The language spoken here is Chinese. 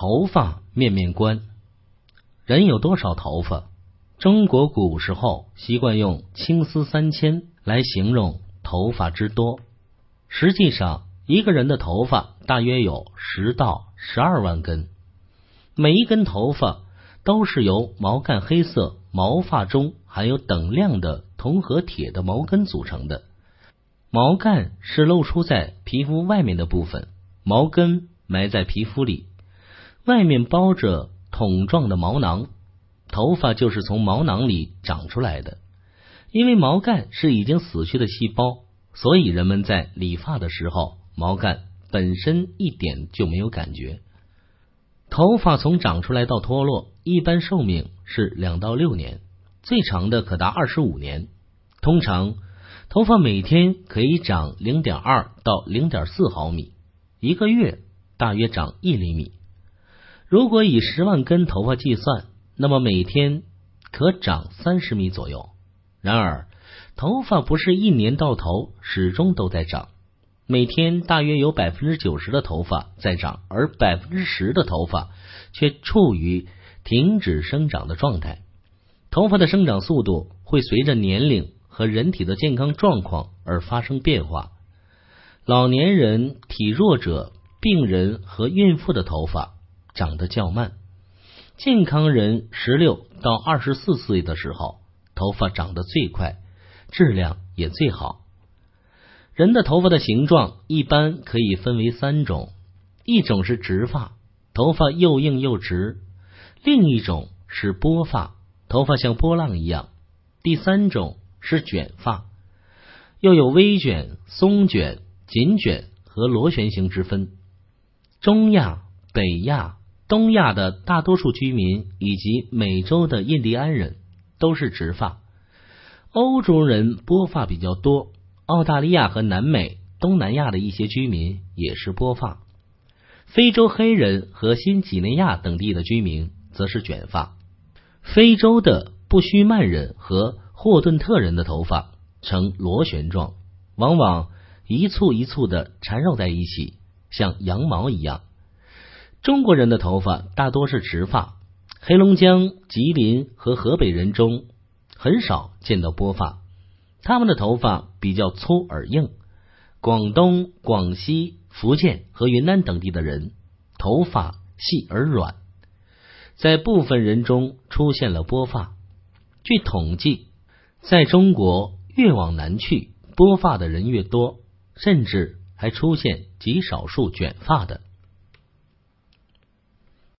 头发面面观。人有多少头发？中国古时候习惯用青丝3000来形容头发之多。实际上，一个人的头发大约有10到12万根，每一根头发都是由毛干黑色毛发中含有等量的铜和铁的毛根组成的。毛干是露出在皮肤外面的部分，毛根埋在皮肤里，外面包着桶状的毛囊，头发就是从毛囊里长出来的。因为毛干是已经死去的细胞，所以人们在理发的时候，毛干本身一点就没有感觉。头发从长出来到脱落，一般寿命是2到6年，最长的可达25年。通常头发每天可以长 0.2 到 0.4 毫米，一个月大约长1厘米。如果以10万根头发计算，那么每天可长30米左右。然而，头发不是一年到头始终都在长，每天大约有 90% 的头发在长，而 10% 的头发却处于停止生长的状态。头发的生长速度会随着年龄和人体的健康状况而发生变化。老年人、体弱者、病人和孕妇的头发长得较慢，健康人16到24岁的时候，头发长得最快，质量也最好。人的头发的形状一般可以分为3种，一种是直发，头发又硬又直；另一种是拨发，头发像波浪一样；第3种是卷发，又有微卷、松卷、紧卷和螺旋形之分。中亚、北亚、东亚的大多数居民以及美洲的印第安人都是直发，欧洲人拨发比较多，澳大利亚和南美、东南亚的一些居民也是拨发，非洲黑人和新几内亚等地的居民则是卷发。非洲的布须曼人和霍顿特人的头发呈螺旋状，往往一簇一簇的缠绕在一起，像羊毛一样。中国人的头发大多是直发，黑龙江、吉林和河北人中很少见到拨发，他们的头发比较粗而硬。广东、广西、福建和云南等地的人头发细而软，在部分人中出现了拨发。据统计，在中国越往南去，拨发的人越多，甚至还出现极少数卷发的。